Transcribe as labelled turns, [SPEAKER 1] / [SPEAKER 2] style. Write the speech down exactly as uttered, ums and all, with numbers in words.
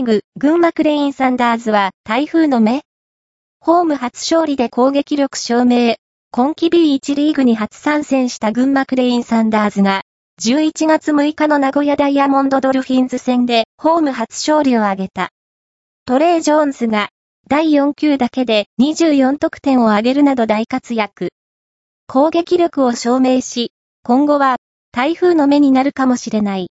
[SPEAKER 1] ーグ、群馬クレインサンダーズは台風の目？ホーム初勝利で攻撃力証明。今季 ビーワン リーグに初参戦した群馬クレインサンダーズが、じゅういちがつむいかの名古屋ダイヤモンドドルフィンズ戦でホーム初勝利を挙げた。トレイ・ジョーンズがだいよん球だけでにじゅうよん得点を挙げるなど大活躍。攻撃力を証明し、今後は台風の目になるかもしれない。